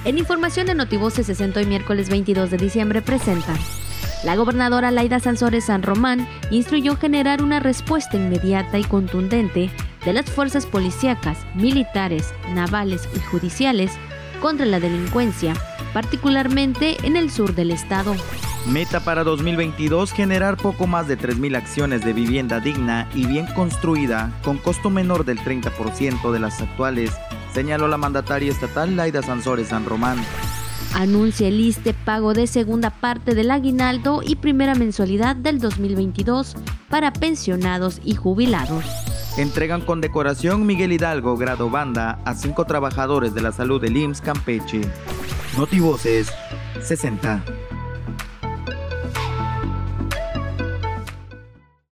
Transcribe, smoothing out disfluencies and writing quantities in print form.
En información de Notivoces 60 hoy miércoles 22 de diciembre presenta: la gobernadora Laida Sansores San Román instruyó generar una respuesta inmediata y contundente de las fuerzas policíacas, militares, navales y judiciales contra la delincuencia, particularmente en el sur del estado. Meta para 2022, generar poco más de 3,000 acciones de vivienda digna y bien construida, con costo menor del 30% de las actuales, señaló la mandataria estatal Laida Sansores San Román. Anuncia el ISSSTE pago de segunda parte del aguinaldo y primera mensualidad del 2022 para pensionados y jubilados. Entregan condecoración Miguel Hidalgo Grado Banda a 5 trabajadores de la salud del IMSS Campeche. Notivoces 60.